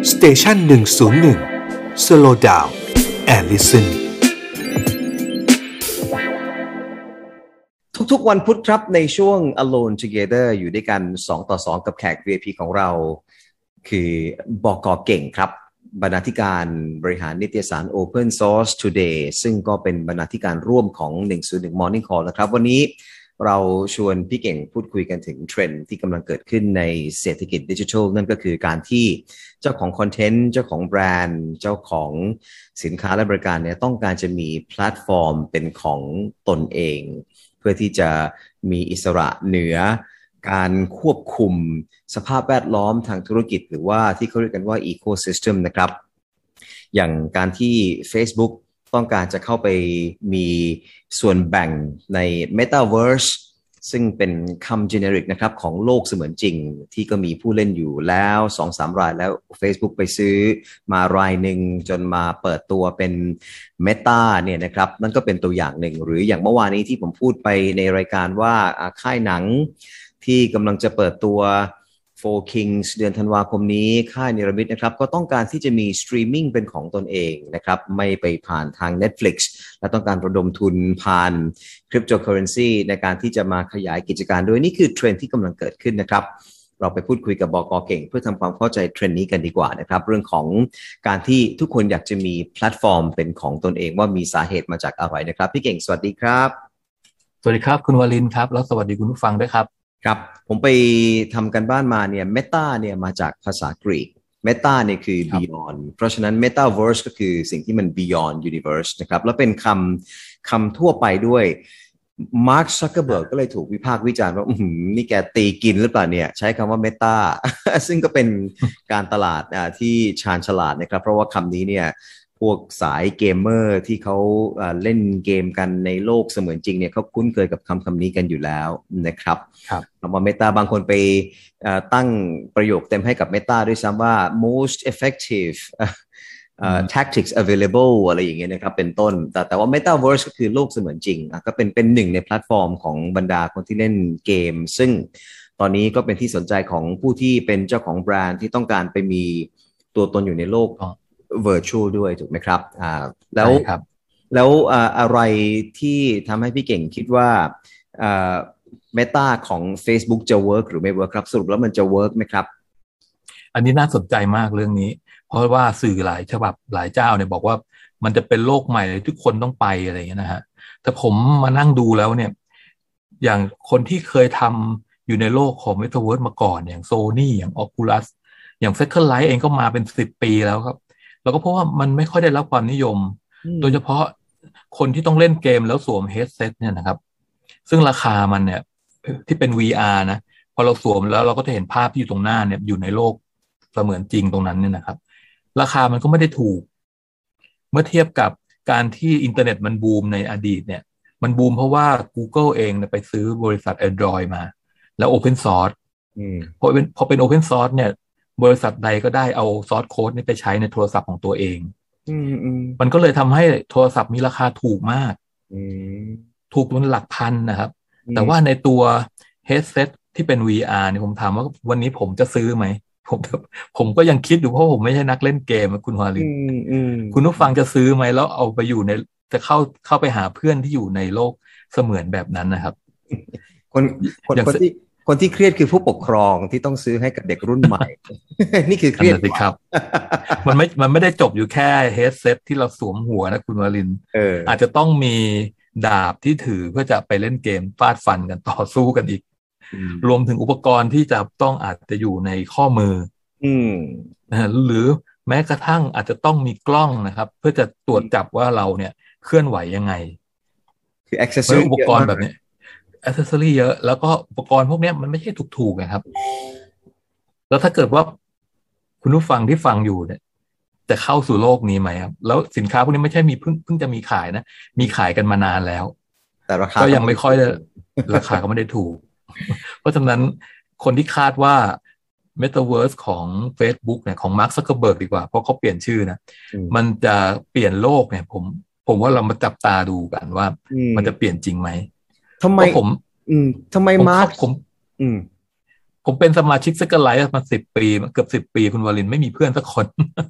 สเตชัน101 Slow Down and Listen ทุกๆวันพุธครับในช่วง Alone Together อยู่ด้วยกัน2 ต่อ 2กับแขก VIP ของเราคือบก.เก่งครับบรรณาธิการบริหารนิตยสาร Open Source Today ซึ่งก็เป็นบรรณาธิการร่วมของ101 Morning Call นะครับวันนี้เราชวนพี่เก่งพูดคุยกันถึงเทรนด์ที่กำลังเกิดขึ้นในเศรษฐกิจดิจิทัลนั่นก็คือการที่เจ้าของคอนเทนต์เจ้าของแบรนด์เจ้าของสินค้าและบริการเนี่ยต้องการจะมีแพลตฟอร์มเป็นของตนเองเพื่อที่จะมีอิสระเหนือการควบคุมสภาพแวดล้อมทางธุรกิจหรือว่าที่เขาเรียกกันว่า Ecosystem นะครับอย่างการที่ Facebook ต้องการจะเข้าไปมีส่วนแบ่งใน Metaverse ซึ่งเป็นคำ generic นะครับของโลกเสมือนจริงที่ก็มีผู้เล่นอยู่แล้ว 2-3 รายแล้ว Facebook ไปซื้อมารายหนึ่งจนมาเปิดตัวเป็น Meta เนี่ยนะครับนั่นก็เป็นตัวอย่างหนึ่งหรืออย่างเมื่อวานนี้ที่ผมพูดไปในรายการว่าค่ายหนังที่กำลังจะเปิดตัวFour Kings เดือนธันวาคมนี้ค่ายเนรมิตนะครับก็ต้องการที่จะมีสตรีมมิ่งเป็นของตนเองนะครับไม่ไปผ่านทาง Netflix และต้องการระดมทุนผ่านคริปโตเคอเรนซีในการที่จะมาขยายกิจการด้วยนี่คือเทรนด์ที่กำลังเกิดขึ้นนะครับเราไปพูดคุยกับบก.เก่งเพื่อทำความเข้าใจเทรนด์นี้กันดีกว่านะครับเรื่องของการที่ทุกคนอยากจะมีแพลตฟอร์มเป็นของตนเองว่ามีสาเหตุมาจากอะไรนะครับพี่เก่งสวัสดีครับสวัสดีครับคุณวลินครับแล้วสวัสดีคุณผู้ฟังด้วยครับครับผมไปทำกันบ้านมาเนี่ย Meta เนี่ยมาจากภาษากรีก Meta เนี่ยคือ beyond เพราะฉะนั้น Metaverse ก็คือสิ่งที่มัน beyond universe นะครับแล้วเป็นคำทั่วไปด้วย Mark Zuckerberg ก็เลยถูกวิพากษ์วิจารณ์ว่านี่แกตีกินหรือเปล่าเนี่ยใช้คำว่า Meta ซึ่งก็เป็นการตลาดที่ชาญฉลาดนะครับเพราะว่าคำนี้เนี่ยพวกสายเกมเมอร์ที่เขาเล่นเกมกันในโลกเสมือนจริงเนี่ยเขาคุ้นเคยกับคำนี้กันอยู่แล้วนะครับคำว่า Meta บางคนไปตั้งประโยคเต็มให้กับ Meta ด้วยซ้ำว่า most effective tactics available อะไรอย่างเงี้ยนะครับเป็นต้นแต่ว่า Metaverse ก็คือโลกเสมือนจริงก็เป็นหนึ่งในแพลตฟอร์มของบรรดาคนที่เล่นเกมซึ่งตอนนี้ก็เป็นที่สนใจของผู้ที่เป็นเจ้าของแบรนด์ที่ต้องการไปมีตัวตนอยู่ในโลกvirtual ด้วยถูกไหมครับแล้วอะไรที่ทำให้พี่เก่งคิดว่าMeta ของ Facebook จะ work หรือไม่ work ครับสรุปแล้วมันจะ work ไหมครับอันนี้น่าสนใจมากเรื่องนี้เพราะว่าสื่อหลายฉบับหลายเจ้าเนี่ยบอกว่ามันจะเป็นโลกใหม่ทุกคนต้องไปอะไรอย่างเงี้ยนะฮะแต่ผมมานั่งดูแล้วเนี่ยอย่างคนที่เคยทำอยู่ในโลกของ Metaverse มาก่อนอย่าง Sony อย่าง Oculus อย่าง Second Life เองก็มาเป็น10 ปีแล้วครับเราก็พบว่ามันไม่ค่อยได้รับความนิยมโดยเฉพาะคนที่ต้องเล่นเกมแล้วสวมเฮดเซตเนี่ยนะครับซึ่งราคามันเนี่ยที่เป็น VR นะพอเราสวมแล้วเราก็จะเห็นภาพที่อยู่ตรงหน้าเนี่ยอยู่ในโลกเสมือนจริงตรงนั้นเนี่ยนะครับราคามันก็ไม่ได้ถูกเมื่อเทียบกับการที่อินเทอร์เน็ตมันบูมในอดีตเนี่ยมันบูมเพราะว่า Google เองไปซื้อบริษัท Android มาแล้ว Open Source พอเป็น Open Source เนี่ยบริษัทใดก็ได้เอาซอร์สโค้ดนี้ไปใช้ในโทรศัพท์ของตัวเองมันก็เลยทำให้โทรศัพท์มีราคาถูกมากถูกมันหลักพันนะครับแต่ว่าในตัว headset ที่เป็น VR เนี่ยผมถามว่าวันนี้ผมจะซื้อไหมผมก็ยังคิดอยู่เพราะผมไม่ใช่นักเล่นเกมคุณวาลินคุณผู้ฟังจะซื้อไหมแล้วเอาไปอยู่ในจะเข้าไปหาเพื่อนที่อยู่ในโลกเสมือนแบบนั้นนะครับคนที่เครียดคือผู้ปกครองที่ต้องซื้อให้กับเด็กรุ่นใหม่ นี่คือเครียดสิครับ มันไม่ได้จบอยู่แค่เฮดเซ็ตที่เราสวมหัวนะคุณวาลินอาจจะต้องมีดาบที่ถือเพื่อจะไปเล่นเกมฟาดฟันกันต่อสู้กันอีกรวมถึงอุปกรณ์ที่จะต้องอาจจะอยู่ในข้อมือนะหรือแม้กระทั่งอาจจะต้องมีกล้องนะครับเพื่อจะตรวจจับว่าเราเนี่ยเคลื่อนไหวยังไงคือ accessory อุปกรณ์แบบนี้accessory เยอะแล้วก็อุปกรณ์พวกนี้มันไม่ใช่ถูกๆนะครับแล้วถ้าเกิดว่าคุณผู้ฟังที่ฟังอยู่เนี่ยจะเข้าสู่โลกนี้ไหมครับแล้วสินค้าพวกนี้ไม่ใช่มีเพิ่งจะมีขายนะมีขายกันมานานแล้วแต่ราคาก็ยังไม่ค่อยราคาก็ไม่ได้ถูกเพราะฉะนั้นคนที่คาดว่า Metaverse ของ Facebook เนี่ยของ Mark Zuckerberg ดีกว่าเพราะเขาเปลี่ยนชื่อนะมันจะเปลี่ยนโลกเนี่ยผมว่าเรามาจับตาดูกันว่ามันจะเปลี่ยนจริงไหมทำไมมาร์คผมเป็นสมาชิก Second Life มา10 ปีเกือบ10 ปีคุณวรินทร์ไม่มีเพื่อนสักคน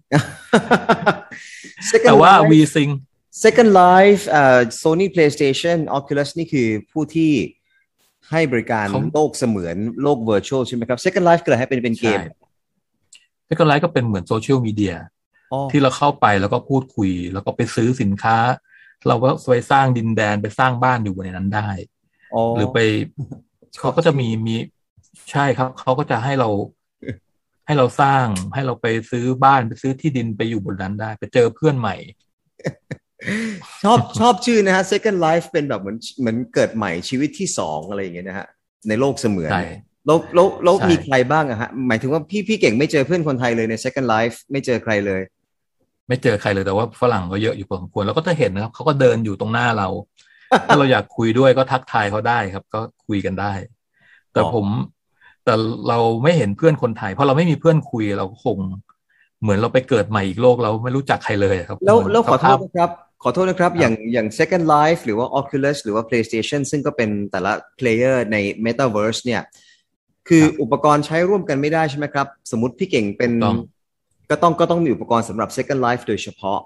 แต่ Second ว่า Life VSync Second Life Sony PlayStation Oculus นี่คือผู้ที่ให้บริการเขาโลกเสมือนโลก virtual ใช่ไหมครับ Second Life เกิดให้เป็นเกใช่ม Second Life ก็เป็นเหมือนโซเชียลมีเดียอ๋อที่เราเข้าไปแล้วก็พูดคุยแล้วก็ไปซื้อสินค้า เราก็ไปสร้างดินแดนไปสร้างบ้านอยู่บนนั้นได้อ๋อหรือไปชอบเขาก็จะมีใช่ครับเขาก็จะให้เราสร้างให้เราไปซื้อบ้านไปซื้อที่ดินไปอยู่บนนั้นได้ ไปเจอเพื่อนใหม่ชอบชื่อนะฮะ Second Life เป็นแบบเหมือนเกิดใหม่ชีวิตที่สองอะไรอย่างเงี้ยนะฮะในโลกเสมือนใช่แล้วใช่มีใครบ้างอะฮะหมายถึงว่าพี่เก่งไม่เจอเพื่อนคนไทยเลยใน Second Life ไม่เจอใครเลยไม่เจอใครเลยแต่ว่าฝรั่งก็เยอะอยู่พอสมควรแล้วก็จะเห็นนะครับเขาก็เดินอยู่ตรงหน้าเรา ถ้าเราอยากคุยด้วยก็ทักทายเขาได้ครับ ก็คุยกันได้ แต่อ๋อแต่เราไม่เห็นเพื่อนคนไทยเพราะเราไม่มีเพื่อนคุยเราก็คงเหมือนเราไปเกิดใหม่อีกโลกเราไม่รู้จักใครเลยครับแล้วเหมือนขอโทสภาษพนะครับอย่าง Second Life หรือว่า Oculus หรือว่า PlayStation ซึ่งก็เป็นแต่ละ player ใน Metaverse เนี่ยคือครับอุปกรณ์ใช้ร่วมกันไม่ได้ใช่ไหมครับสมมติพี่เก่งเป็นถูกต้องก็ต้องมีอุปกรณ์สำหรับ Second Life โดยเฉพาะ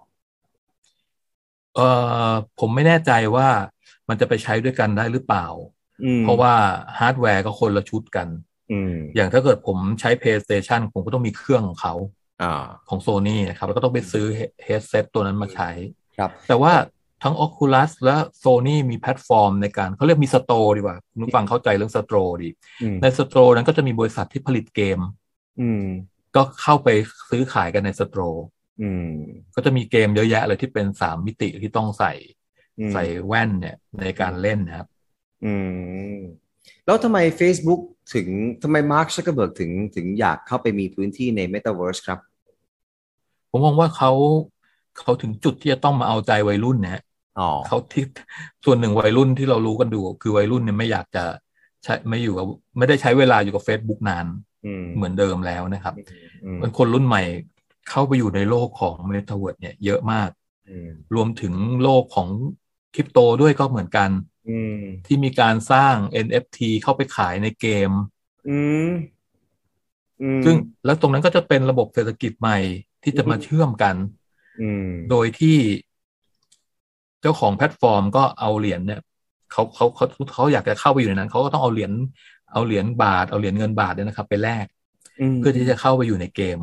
ผมไม่แน่ใจว่ามันจะไปใช้ด้วยกันได้หรือเปล่า เพราะว่าฮาร์ดแวร์ก็คนละชุดกัน อย่างถ้าเกิดผมใช้ PlayStation ผมก็ต้องมีเครื่องของเขาของ Sony นะครับแล้วก็ต้องไปซื้อ headset ตัวนั้นมาใช้ครับแต่ว่าทั้ง Oculus และ Sony มีแพลตฟอร์มในการเขาเรียกมีสโตร์ดีกว่าคุณผู้ฟังเข้าใจเรื่องสโตร์ดี ในสโตร์นั้นก็จะมีบริษัทที่ผลิตเกม ก็เข้าไปซื้อขายกันในสโตร์ก็จะมีเกมเยอะแยะเลยที่เป็น3 มิติที่ต้องใส่แว่นเนี่ยในการเล่นนะครับแล้วทำไม Facebook ทำไม Mark Zuckerberg ถึงอยากเข้าไปมีพื้นที่ใน Metaverse ครับผมมองว่าเขาถึงจุดที่จะต้องมาเอาใจวัยรุ่นนะฮะ เขาที่ส่วนหนึ่งวัยรุ่นที่เรารู้กันดูคือวัยรุ่นเนี่ยไม่อยากจะใช้ไม่ได้ใช้เวลาอยู่กับ Facebook นานเหมือนเดิมแล้วนะครับมันคนรุ่นใหม่เข้าไปอยู่ในโลกของ Metaverse เนี่ยเยอะมากรวมถึงโลกของคริปโตด้วยก็เหมือนกันที่มีการสร้าง NFT เข้าไปขายในเกมซึ่งแล้วตรงนั้นก็จะเป็นระบบเศรษฐกิจใหม่ที่จะมาเชื่อมกันโดยที่เจ้าของแพลตฟอร์มก็เอาเหรียญเนี่ยเขาอยากจะเข้าไปอยู่ในนั้นเขาก็ต้องเอาเหรียญบาทเอาเหรียญเงินบาทเนี่ยนะครับไปแลกเพื่อที่จะเข้าไปอยู่ในเกม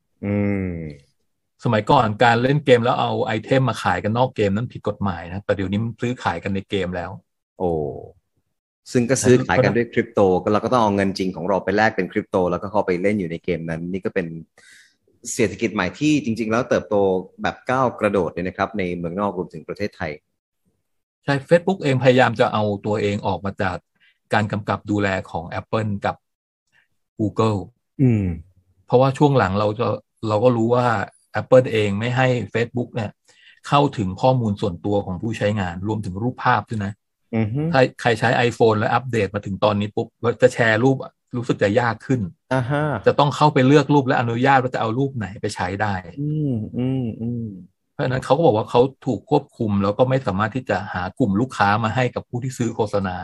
สมัยก่อนการเล่นเกมแล้วเอาไอเทมมาขายกันนอกเกมนั้นผิดกฎหมายนะแต่เดี๋ยวนี้มันซื้อขายกันในเกมแล้วโอ้ซึ่งก็ซื้อขายกันด้วยคริปโตก็เราก็ต้องเอาเงินจริงของเราไปแลกเป็นคริปโตแล้วก็เข้าไปเล่นอยู่ในเกมนั้นนี่ก็เป็นเศรษฐกิจใหม่ที่จริงๆแล้วเติบโตแบบก้าวกระโดดเลยนะครับในเมืองนอกรวมถึงประเทศไทยใช่ Facebook เองพยายามจะเอาตัวเองออกมาจากการกำกับดูแลของ Apple กับ Google เพราะว่าช่วงหลังเราก็รู้ว่า Apple เองไม่ให้ Facebook เนี่ยเข้าถึงข้อมูลส่วนตัวของผู้ใช้งานรวมถึงรูปภาพด้วยนะถ้าใครใช้ iPhone แล้วอัปเดตมาถึงตอนนี้ปุ๊บจะแชร์รูปรู้สึกจะยากขึ้นจะต้องเข้าไปเลือกรูปและอนุญาตว่าจะเอารูปไหนไปใช้ได้เพราะฉะนั้นเขาก็บอกว่าเขาถูกควบคุมแล้วก็ไม่สามารถที่จะหากลุ่มลูกค้ามาให้กับผู้ที่ซื้อโฆษณา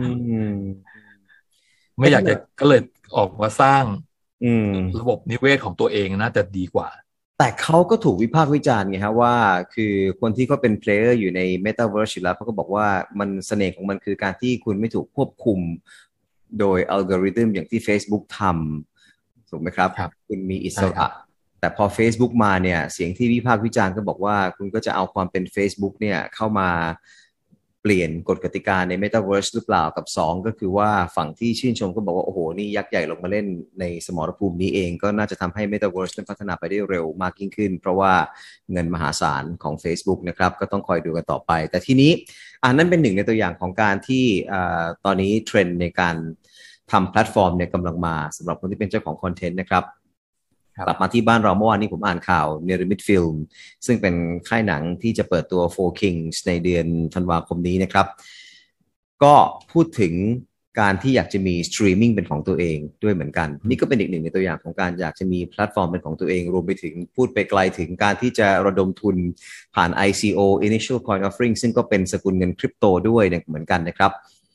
ไม่อยากจะก็เลยออกมาสร้างระบบนิเวศของตัวเองน่าจะดีกว่าแต่เขาก็ถูกวิพากษ์วิจารณ์ไงฮะว่าคือคนที่เขาเป็นเพลเยอร์อยู่ใน Metaverse อยู่แล้วเขาก็บอกว่ามันเสน่ห์ของมันคือการที่คุณไม่ถูกควบคุมโดยอัลกอริทึมอย่างที่ Facebook ทำถูกไหมครับคุณมีอิสระแต่พอ Facebook มาเนี่ยเสียงที่วิพากษ์วิจารณ์ก็บอกว่าคุณก็จะเอาความเป็น Facebook เนี่ยเข้ามาเปลี่ยนกฎกติกาใน Metaverse หรือเปล่ากับ2ก็คือว่าฝั่งที่ชื่นชมก็บอกว่าโอ้โหนี่ยักษ์ใหญ่ลงมาเล่นในสมรภูมินี้เองก็น่าจะทำให้ Metaverse นั้นพัฒนาไปได้เร็วมากยิ่งขึ้นเพราะว่าเงินมหาศาลของ Facebook นะครับก็ต้องคอยดูกันต่อไปแต่ทีนี้นั่นเป็นหนึ่งในตัวอย่างของการที่ตอนนี้เทรนด์ในการทำแพลตฟอร์มเนี่ยกำลังมาสำหรับคนที่เป็นเจ้าของคอนเทนต์นะครับกลับมาที่บ้านเราเมื่อวานนี้ผมอ่านข่าวเนรมิตฟิล์มซึ่งเป็นค่ายหนังที่จะเปิดตัว Four Kings ในเดือนธันวาคมนี้นะครับก็พูดถึงการที่อยากจะมีสตรีมมิ่งเป็นของตัวเองด้วยเหมือนกันนี่ก็เป็นอีกหนึ่งในตัวอย่างของการอยากจะมีแพลตฟอร์มเป็นของตัวเองรวมไปถึงพูดไปไกลถึงการที่จะระดมทุนผ่าน ICO Initial Coin Offering ซึ่งก็เป็นสกุลเงินคริปโตด้วยเหมือนกันนะครับ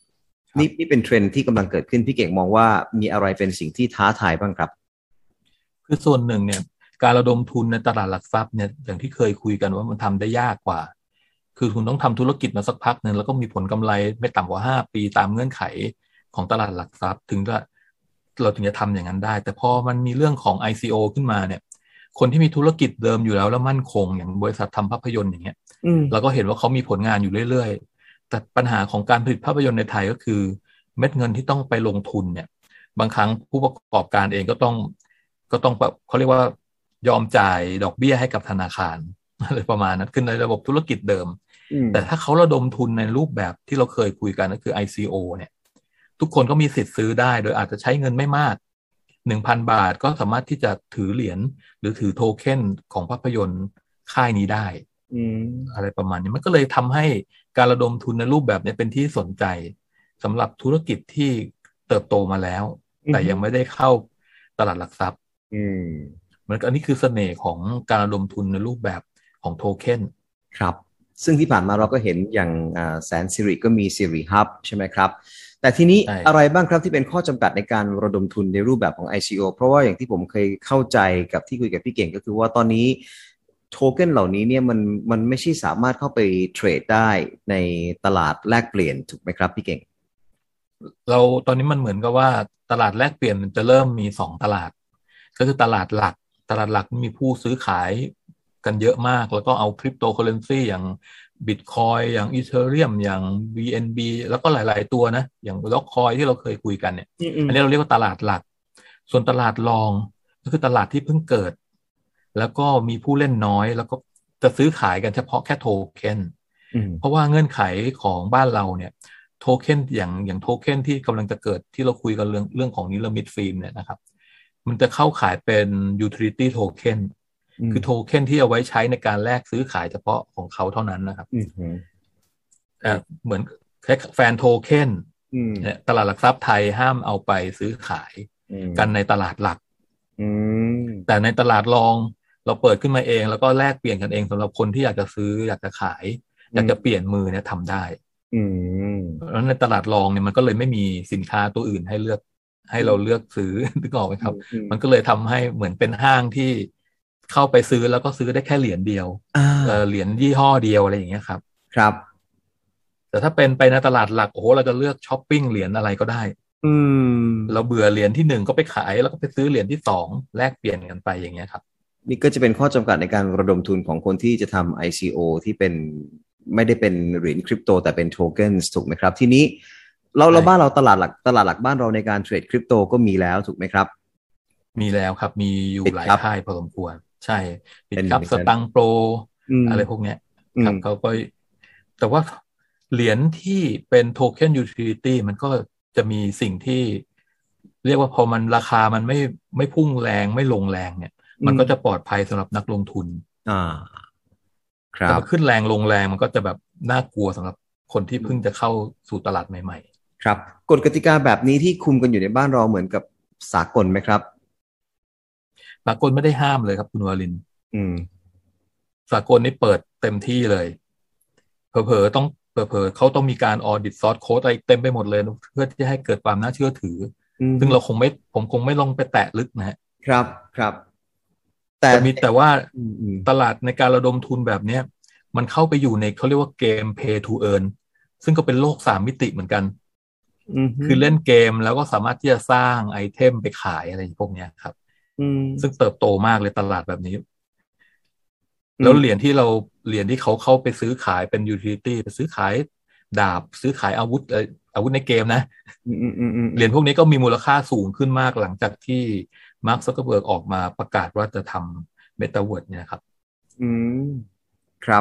นี่เป็นเทรนด์ที่กำลังเกิดขึ้นพี่เก่งมองว่ามีอะไรเป็นสิ่งที่ท้าทายบ้างครับคือส่วนหนึ่งเนี่ยการระดมทุนในตลาดหลักทรัพย์เนี่ยอย่างที่เคยคุยกันว่ามันทำได้ยากกว่าคือคุณต้องทำธุรกิจมาสักพักหนึ่งแล้วก็มีผลกำไรไม่ต่ำกว่า5 ปีตามเงื่อนไขของตลาดหลักทรัพย์เราถึงจะทำอย่างนั้นได้แต่พอมันมีเรื่องของ ICO ขึ้นมาเนี่ยคนที่มีธุรกิจเดิมอยู่แล้วมั่นคงอย่างบริษัททำภาพยนตร์อย่างเงี้ยเราก็เห็นว่าเขามีผลงานอยู่เรื่อยๆแต่ปัญหาของการผลิตภาพยนตร์ในไทยก็คือเม็ดเงินที่ต้องไปลงทุนเนี่ยบางครั้งผู้ประกอบการเองก็ต้องแบบเขาเรียกว่ายอมจ่ายดอกเบี้ยให้กับธนาคารอะไรประมาณนั้นขึ้นในระบบธุรกิจเดิมแต่ถ้าเขาระดมทุนในรูปแบบที่เราเคยคุยกันก็คือ ICO เนี่ยทุกคนก็มีสิทธิ์ซื้อได้โดยอาจจะใช้เงินไม่มาก 1,000 บาทก็สามารถที่จะถือเหรียญหรือถือโทเค็นของภาพยนตร์ค่ายนี้ได้อะไรประมาณนี้มันก็เลยทำให้การระดมทุนในรูปแบบนี้เป็นที่สนใจสำหรับธุรกิจที่เติบโตมาแล้วแต่ยังไม่ได้เข้าตลาดหลักทรัพย์เหมือนอันนี้คือเสน่ห์ของการระดมทุนในรูปแบบของโทเค็นครับซึ่งที่ผ่านมาเราก็เห็นอย่างแสนสิริก็มีสิริฮับใช่ไหมครับแต่ทีนี้อะไรบ้างครับที่เป็นข้อจำกัดในการระดมทุนในรูปแบบของ ICO เพราะว่าอย่างที่ผมเคยเข้าใจกับที่คุยกับพี่เก่งก็คือว่าตอนนี้โทเค็นเหล่านี้เนี่ยมันไม่ใช่สามารถเข้าไปเทรดได้ในตลาดแลกเปลี่ยนถูกไหมครับพี่เก่งตอนนี้มันเหมือนกับว่าตลาดแลกเปลี่ยนมันจะเริ่มมี2 ตลาดก็คือตลาดหลักมีผู้ซื้อขายกันเยอะมากแล้วก็เอาคริปโตเคอเรนซีอย่างบิตคอยอย่างอีเธเรียมอย่าง BNB แล้วก็หลายๆตัวนะอย่างล็อกคอยที่เราเคยคุยกันเนี่ยอันนี้เราเรียกว่าตลาดหลักส่วนตลาดรองก็คือตลาดที่เพิ่งเกิดแล้วก็มีผู้เล่นน้อยแล้วก็จะซื้อขายกันเฉพาะแค่โทเค็นเพราะว่าเงื่อนไขของบ้านเราเนี่ยโทเค็นอย่างโทเค็นที่กำลังจะเกิดที่เราคุยกันเรื่องของนิลมิตฟิล์มเนี่ยนะครับมันจะเข้าขายเป็น utility token คือโทเค็นที่เอาไว้ใช้ในการแลกซื้อขายเฉพาะของเขาเท่านั้นนะครับเหมือนแฟนโทเค็นตลาดหลักทรัพย์ไทยห้ามเอาไปซื้อขายกันในตลาดหลักแต่ในตลาดรองเราเปิดขึ้นมาเองแล้วก็แลกเปลี่ยนกันเองสำหรับคนที่อยากจะซื้ออยากจะขายอยากจะเปลี่ยนมือเนี่ยทำได้แล้วในตลาดรองเนี่ยมันก็เลยไม่มีสินค้าตัวอื่นให้เราเลือกซื้อนึกออกไหมครับมันก็เลยทำให้เหมือนเป็นห้างที่เข้าไปซื้อแล้วก็ซื้อได้แค่เหรียญเดียวเหรียญยี่ห้อเดียวอะไรอย่างเงี้ยครับครับแต่ถ้าเป็นไปในตลาดหลักโอ้โหเราจะเลือกช้อปปิ้งเหรียญอะไรก็ได้เราเบื่อเหรียญที่1ก็ไปขายแล้วก็ไปซื้อเหรียญที่2แลกเปลี่ยนกันไปอย่างเงี้ยครับนี่ก็จะเป็นข้อจำกัดในการระดมทุนของคนที่จะทำ ICO ที่เป็นไม่ได้เป็นเหรียญคริปโตแต่เป็นโทเค็นถูกไหมครับทีนี้เราบ้านเราตลาดหลักบ้านเราในการเทรดคริปโตก็มีแล้วถูกไหมครับมีแล้วครับมีอยู่หลายค่ายพอสมควรใช่บิตครับสตังโปรอะไรพวกเนี้ยครับเขาก็แต่ว่าเหรียญที่เป็นโทเค็นยูทิลิตี้มันก็จะมีสิ่งที่เรียกว่าพอมันราคามันไม่พุ่งแรงไม่ลงแรงเนี่ยมันก็จะปลอดภัยสำหรับนักลงทุนครับแต่ขึ้นแรงลงแรงมันก็จะแบบน่ากลัวสำหรับคนที่เพิ่งจะเข้าสู่ตลาดใหม่ๆครับกฎกติกาแบบนี้ที่คุมกันอยู่ในบ้านเราเหมือนกับสากลไหมครับสากลไม่ได้ห้ามเลยครับคุณวารินสากลนี่เปิดเต็มที่เลยเผลอเขาต้องมีการออดิตซอร์สโค้ดอะไรเต็มไปหมดเลยเพื่อที่ให้เกิดความน่าเชื่อถือซึ่งผมคงไม่ลงไปแตะลึกนะฮะครับแต่ว่าตลาดในการระดมทุนแบบนี้มันเข้าไปอยู่ในเขาเรียกว่าเกม pay to earn ซึ่งก็เป็นโลก3 มิติเหมือนกันคือเล่นเกมแล้วก็สามารถที่จะสร้างไอเทมไปขายอะไรพวกนี้ครับซึ่งเติบโตมากเลยตลาดแบบนี้แล้วเหรียญที่เขาเข้าไปซื้อขายเป็นยูทิลิตี้ไปซื้อขายดาบซื้อขายอาวุธในเกมนะเหรียญพวกนี้ก็มีมูลค่าสูงขึ้นมากหลังจากที่มาร์ค ซักเคอร์เบิร์กออกมาประกาศว่าจะทำเมตาเวิร์สเนี่ยครับครับ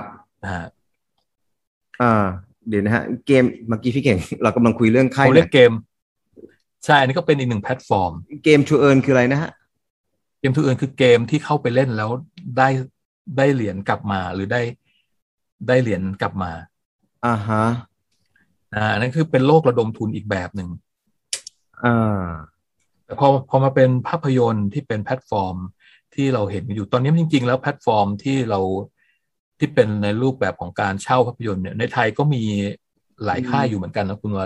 เดี๋ยวนะฮะเกมเมื่อกี้พี่เก่งเรากำลังคุยเรื่องค่ายเขาเรียกเกมใช่อันนี้ก็เป็นอีก1 แพลตฟอร์มเกม to earn คืออะไรนะฮะเกม to earn คือเกมที่เข้าไปเล่นแล้วได้เหรียญกลับมาหรือได้เหรียญกลับมาฮะอันนั้นคือเป็นโลกระดมทุนอีกแบบหนึ่งแต่พอมาเป็นภาพยนตร์ที่เป็นแพลตฟอร์มที่เราเห็นอยู่ตอนนี้จริงๆแล้วแพลตฟอร์มที่เป็นในรูปแบบของการเช่าภาพยนตร์เนี่ยในไทยก็มีหลายค่ายอยู่เหมือนกันนะคุณวาริน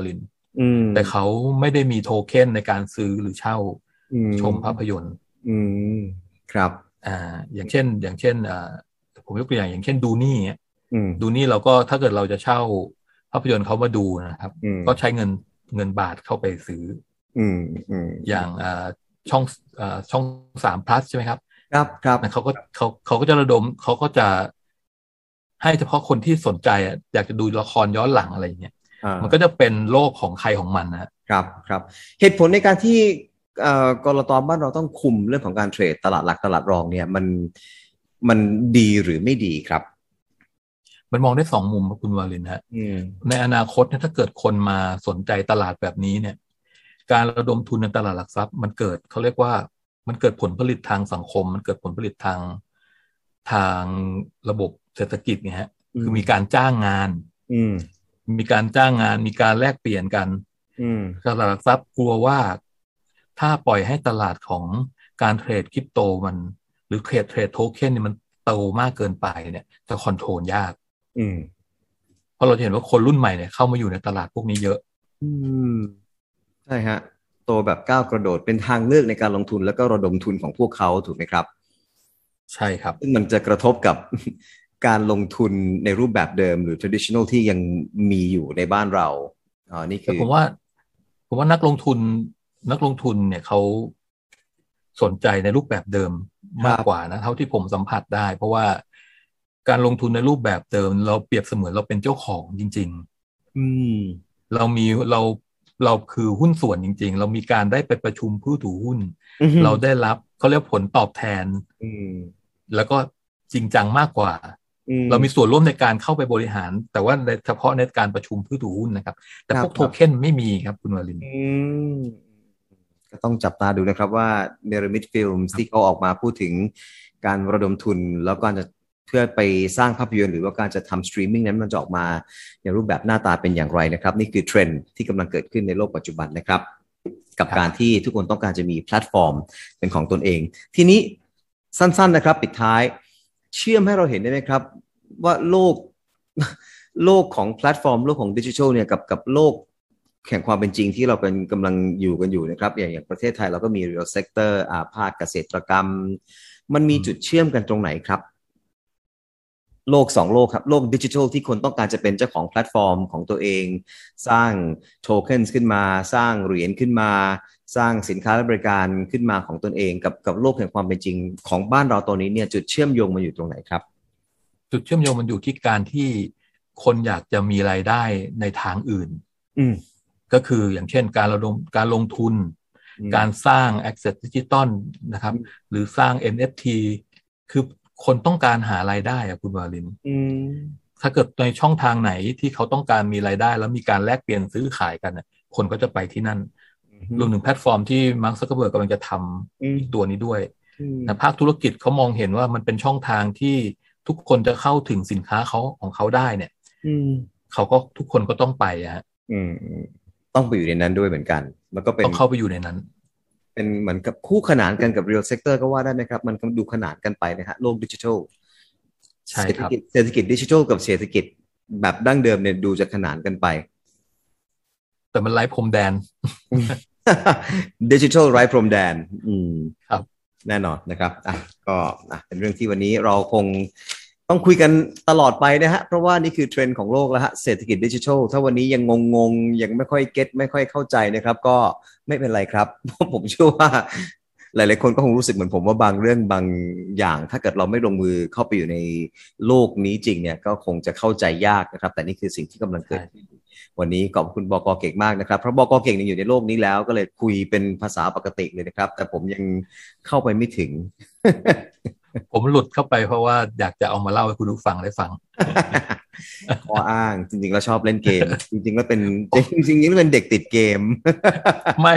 แต่เขาไม่ได้มีโทเค็นในการซื้อหรือเช่าชมภาพยนตร์ครับอย่างเช่นผมยกตัวอย่างเช่นดูนี่ดูนี่เราก็ถ้าเกิดเราจะเช่าภาพยนตร์เขามาดูนะครับก็ใช้เงินบาทเข้าไปซื้ออย่างช่อง3 plus ใช่ไหมครับครับเขาก็จะระดมเขาก็จะให้เฉพาะคนที่สนใจอยากจะดูละครย้อนหลังอะไรอย่างเงี้ยมันก็จะเป็นโลกของใครของมันครับเหตุผลในการที่กลต.บ้านเราต้องคุมเรื่องของการเทรดตลาดหลักตลาดรองเนี่ยมันดีหรือไม่ดีครับมันมองได้2 มุมคุณวาลินฮะในอนาคตเนี่ยถ้าเกิดคนมาสนใจตลาดแบบนี้เนี่ยการระดมทุนในตลาดหลักทรัพย์มันเกิดเขาเรียกว่ามันเกิดผลผลิตทางสังคมมันเกิดผลผลิตทางระบบเศรษฐกิจเนี่ยฮะคือมีการจ้างงานมีการจ้างงานมีการแลกเปลี่ยนกันตลาดหลักทรัพย์กลัวว่าถ้าปล่อยให้ตลาดของการเทรดคริปโตมันหรือเทรดโทเค็นเนี่ยมันโตมากเกินไปเนี่ยจะคอนโทรลยากเพราะเราเห็นว่าคนรุ่นใหม่เนี่ยเข้ามาอยู่ในตลาดพวกนี้เยอะใช่ฮะโตแบบก้าวกระโดดเป็นทางเลือกในการลงทุนแล้วก็ระดมทุนของพวกเขาถูกไหมครับใช่ครับซึ่งมันจะกระทบกับการลงทุนในรูปแบบเดิมหรือ traditional ที่ยังมีอยู่ในบ้านเรานี่คือผมว่านักลงทุนเนี่ยเขาสนใจในรูปแบบเดิมมากกว่านะเท่าที่ผมสัมผัสได้เพราะว่าการลงทุนในรูปแบบเดิมเราเปรียบเสมือนเราเป็นเจ้าของจริงๆเราคือหุ้นส่วนจริงๆเรามีการได้ไปประชุมผู้ถือหุ้นเราได้รับเขาเรียกผลตอบแทนแล้วก็จริงจังมากกว่าเรามีส่วนร่วมในการเข้าไปบริหารแต่ว่าเฉพาะในการประชุมผู้ถือหุ้นนะครับแต่พวกโทเค็นไม่มีครับคุณวรินทร์ก็ต้องจับตาดูนะครับว่าเนรมิตฟิล์มที่เขาออกมาพูดถึงการระดมทุนแล้วก็จะเพื่อไปสร้างภาพยนตร์หรือว่าการจะทำสตรีมมิ่งนั้นมันจะออกมาในรูปแบบหน้าตาเป็นอย่างไรนะครับนี่คือเทรนด์ที่กำลังเกิดขึ้นในโลกปัจจุบันนะครับกับการที่ทุกคนต้องการจะมีแพลตฟอร์มเป็นของตนเองทีนี้สั้นๆนะครับปิดท้ายเชื่อมให้เราเห็นได้ไหมครับว่าโลกของแพลตฟอร์มโลกของดิจิทัลเนี่ยกับโลกแข่งความเป็นจริงที่เราเป็นกำลังอยู่กันอยู่นะครับอย่างประเทศไทยเราก็มี real sector ภาคเกษตรกรรมมันมีจุดเชื่อมกันตรงไหนครับโลก2โลกครับโลกดิจิทัลที่คนต้องการจะเป็นเจ้าของแพลตฟอร์มของตัวเองสร้างโทเค็นขึ้นมาสร้างเหรียญขึ้นมาสร้างสินค้าและบริการขึ้นมาของตนเองกับโลกแห่งความเป็นจริงของบ้านเราตอนนี้เนี่ยจุดเชื่อมโยงมันอยู่ตรงไหนครับจุดเชื่อมโยงมันอยู่ที่การที่คนอยากจะมีรายได้ในทางอื่นก็คืออย่างเช่นการลงทุนการสร้าง Asset Digital นะครับหรือสร้าง NFT คือคนต้องการหารายได้คุณวาลินถ้าเกิดในช่องทางไหนที่เขาต้องการมีรายได้แล้วมีการแลกเปลี่ยนซื้อขายกันคนก็จะไปที่นั่นรวมถึงแพลตฟอร์มที่มาร์ค ซักเคอร์เบิร์กกำลังจะทำตัวนี้ด้วยนะภาคธุรกิจเขามองเห็นว่ามันเป็นช่องทางที่ทุกคนจะเข้าถึงสินค้าของเขาได้เนี่ยเขาก็ทุกคนก็ต้องไปต้องไปอยู่ในนั้นด้วยเหมือนกันแล้วก็เป็นต้องเข้าไปอยู่ในนั้นเป็นเหมือนกับคู่ขนานกันกับ real sector ก็ว่าได้ไหมครับมันดูขนานกันไปนะฮะโลกดิจิทัลใช่ครับเศรษฐกิจดิจิทัลกับเศรษฐกิจแบบดั้งเดิมเนี่ยดูจะขนานกันไปแต่มันไร้พรมแดนดิจิทัลไร้พรมแดนครับแน่นอนนะครับก็เป็นเรื่องที่วันนี้เราคงต้องคุยกันตลอดไปนะฮะเพราะว่านี่คือเทรนด์ของโลกแล้วฮะเศรษฐกิจดิจิทัลถ้าวันนี้ยังงงยังไม่ค่อยเก็ตไม่ค่อยเข้าใจนะครับก็ไม่เป็นไรครับเพราะผมเชื่อว่าหลายๆคนก็คงรู้สึกเหมือนผมว่าบางเรื่องบางอย่างถ้าเกิดเราไม่ลงมือเข้าไปอยู่ในโลกนี้จริงเนี่ยก็คงจะเข้าใจยากนะครับแต่นี่คือสิ่งที่กำลังเกิดขึ้นวันนี้ขอบคุณบก.เก่งมากนะครับเพราะบก.เก่งอยู่ในโลกนี้แล้วก็เลยคุยเป็นภาษาปกติเลยนะครับแต่ผมยังเข้าไปไม่ถึงผมหลุดเข้าไปเพราะว่าอยากจะเอามาเล่าให้คุณผู้ฟังได้ฟังข้ออ้างจริงๆแล้วชอบเล่นเกมจริงๆแล้วเป็นจริงๆแล้วเป็นเด็กติดเกมไม่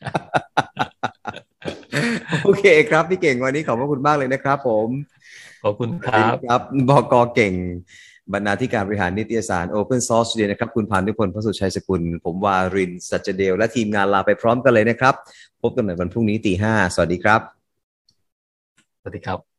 โอเคครับพี่เก่งวันนี้ขอบคุณมากเลยนะครับผมขอบคุณครับบก.เก่งบรรณาธิการบริหารนิตยสาร Open Source Studio นะครับคุณพานุพล พระสุชัยสกุลผมวารินทร์ สัจเดลและทีมงานลาไปพร้อมกันเลยนะครับพบกันใหม่วันพรุ่งนี้ 5:00 น.สวัสดีครับสวัสดีครับ